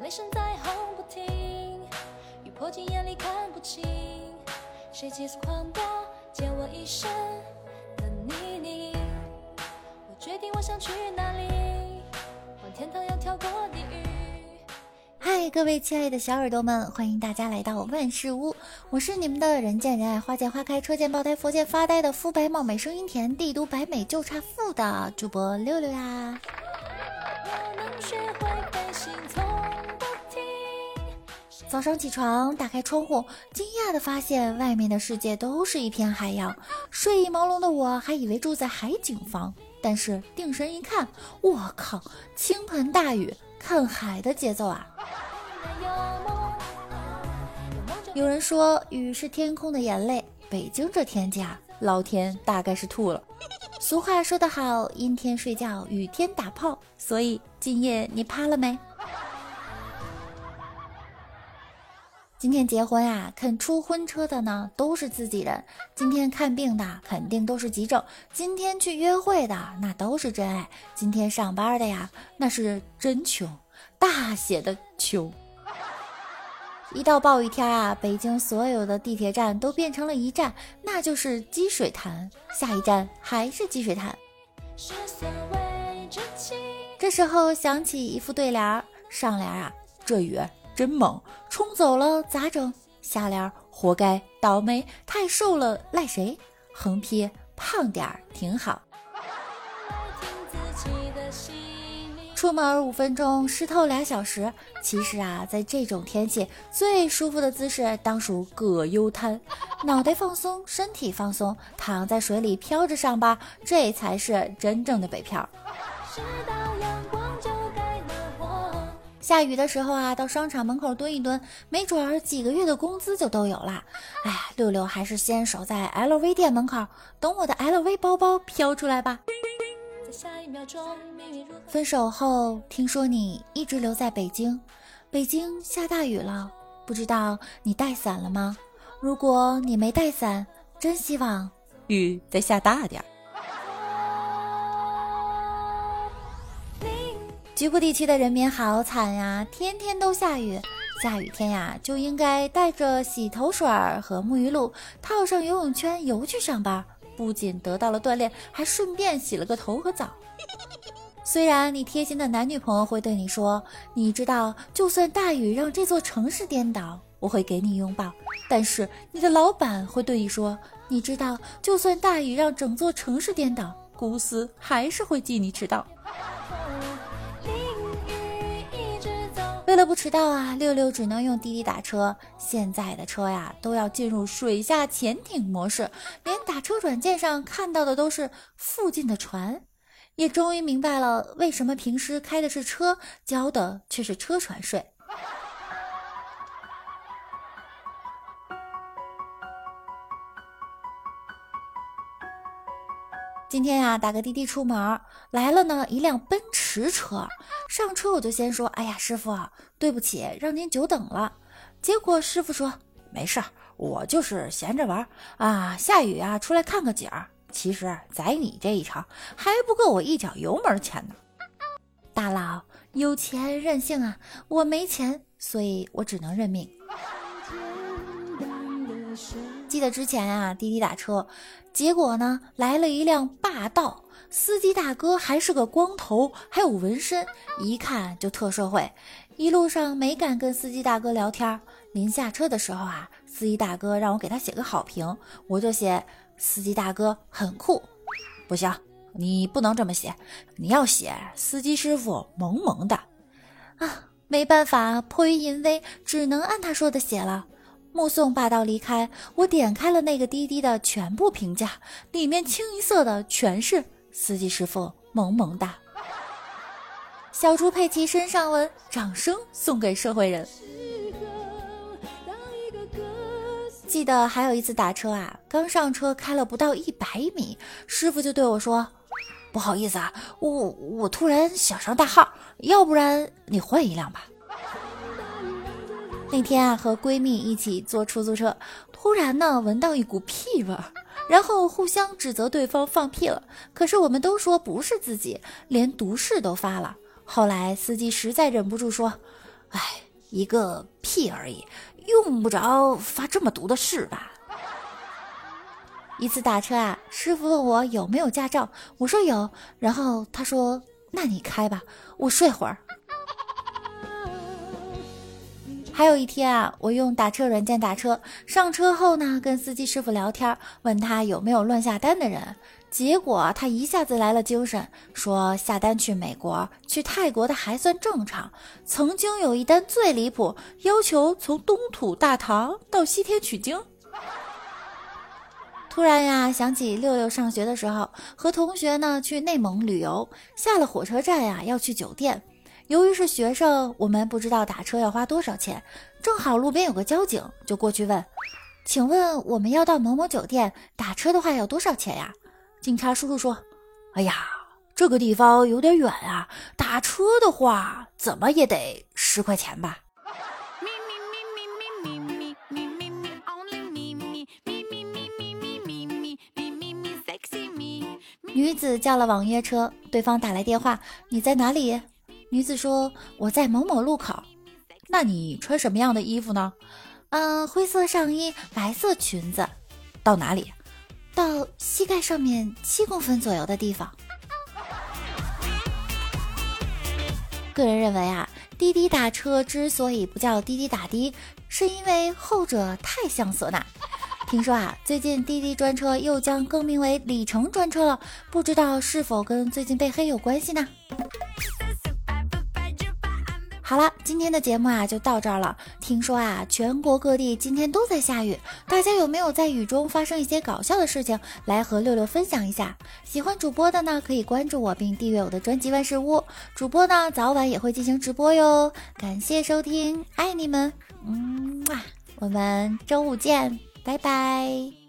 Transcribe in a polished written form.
泪声在轰不停，雨泼进眼里看不清，谁急速狂飙溅我一身的泥泞。我决定我想去哪里，往天堂要跳过地狱。 嗨，各位亲爱的小耳朵们，欢迎大家来到万事屋，我是你们的人见人爱花见花开车见爆胎佛见发呆的肤白貌美声音甜地都白美就差富的主播六六呀。早上起床打开窗户，惊讶地发现外面的世界都是一片海洋，睡意朦胧的我还以为住在海景房，但是定神一看，我靠，倾盆大雨，看海的节奏啊。有人说雨是天空的眼泪，北京这天气啊，老天大概是吐了。俗话说得好，阴天睡觉，雨天打炮，所以今夜你趴了没？今天结婚啊，肯出婚车的呢都是自己人，今天看病的肯定都是急症，今天去约会的那都是真爱，今天上班的呀那是真穷，大写的穷。一到暴雨天啊，北京所有的地铁站都变成了一站，那就是积水潭，下一站还是积水潭。这时候想起一副对联，上联啊，这雨真猛，冲走了咋整？下联活该倒霉，太瘦了赖谁？横批胖点儿挺好。出门5分钟，湿透2小时。其实啊，在这种天气，最舒服的姿势当属葛优瘫，脑袋放松，身体放松，躺在水里飘着上班，这才是真正的北漂。下雨的时候啊，到商场门口蹲一蹲，没准儿几个月的工资就都有啦。哎呀，六六还是先守在 LV 店门口，等我的 LV 包包飘出来吧。分手后，听说你一直留在北京，北京下大雨了，不知道你带伞了吗？如果你没带伞，真希望雨再下大点。局部地区的人民好惨呀，天天都下雨，下雨天呀就应该带着洗头水和沐浴露，套上游泳圈游去上班，不仅得到了锻炼，还顺便洗了个头和澡。虽然你贴心的男女朋友会对你说，你知道就算大雨让这座城市颠倒，我会给你拥抱，但是你的老板会对你说，你知道就算大雨让整座城市颠倒，公司还是会记你迟到。为了不迟到啊，六六只能用滴滴打车。现在的车呀都要进入水下潜艇模式，连打车软件上看到的都是附近的船。也终于明白了为什么平时开的是车，交的却是车船税。今天呀，打个滴滴出门，来了呢一辆奔驰车。上车我就先说，哎呀师傅，对不起让您久等了。结果师傅说，没事，我就是闲着玩啊，下雨啊出来看个景儿。其实宰你这一场还不够我一脚油门钱呢。大佬，有钱任性啊，我没钱，所以我只能认命。记得之前啊滴滴打车，结果呢来了一辆霸道，司机大哥还是个光头，还有纹身，一看就特社会。一路上没敢跟司机大哥聊天，临下车的时候啊，司机大哥让我给他写个好评，我就写司机大哥很酷。不行，你不能这么写，你要写司机师傅萌萌的啊！没办法，迫于淫威，只能按他说的写了。目送霸道离开，我点开了那个滴滴的全部评价，里面清一色的全是司机师傅萌萌哒。小猪佩奇身上纹，掌声送给社会人。记得还有一次打车啊，刚上车开了不到100米，师傅就对我说，不好意思啊，我突然想上大号，要不然你换一辆吧。那天啊，和闺蜜一起坐出租车，突然呢闻到一股屁味，然后互相指责对方放屁了，可是我们都说不是自己，连毒誓都发了。后来司机实在忍不住说， 一个屁而已，用不着发这么毒的誓吧。一次打车啊，师傅问我有没有驾照，我说有，然后他说那你开吧，我睡会儿。还有一天啊，我用打车软件打车，上车后呢，跟司机师傅聊天，问他有没有乱下单的人，结果他一下子来了精神，说下单去美国、去泰国的还算正常，曾经有一单最离谱，要求从东土大唐到西天取经。突然呀，想起六六上学的时候，和同学呢去内蒙旅游，下了火车站呀，要去酒店。由于是学生，我们不知道打车要花多少钱，正好路边有个交警，就过去问，请问我们要到某某酒店，打车的话要多少钱呀？警察叔叔说，哎呀，这个地方有点远啊，打车的话怎么也得10块钱吧。女子叫了网约车，对方打来电话，你在哪里？女子说，我在某某路口。那你穿什么样的衣服呢？灰色上衣，白色裙子。到哪里？到膝盖上面7公分左右的地方。个人认为啊，滴滴打车之所以不叫滴滴打的，是因为后者太像唢呐。听说啊，最近滴滴专车又将更名为里程专车了，不知道是否跟最近被黑有关系呢？好了，今天的节目啊就到这儿了。听说啊，全国各地今天都在下雨，大家有没有在雨中发生一些搞笑的事情，来和六六分享一下？喜欢主播的呢，可以关注我并订阅我的专辑万事屋，主播呢早晚也会进行直播哟。感谢收听，爱你们，我们周五见，拜拜。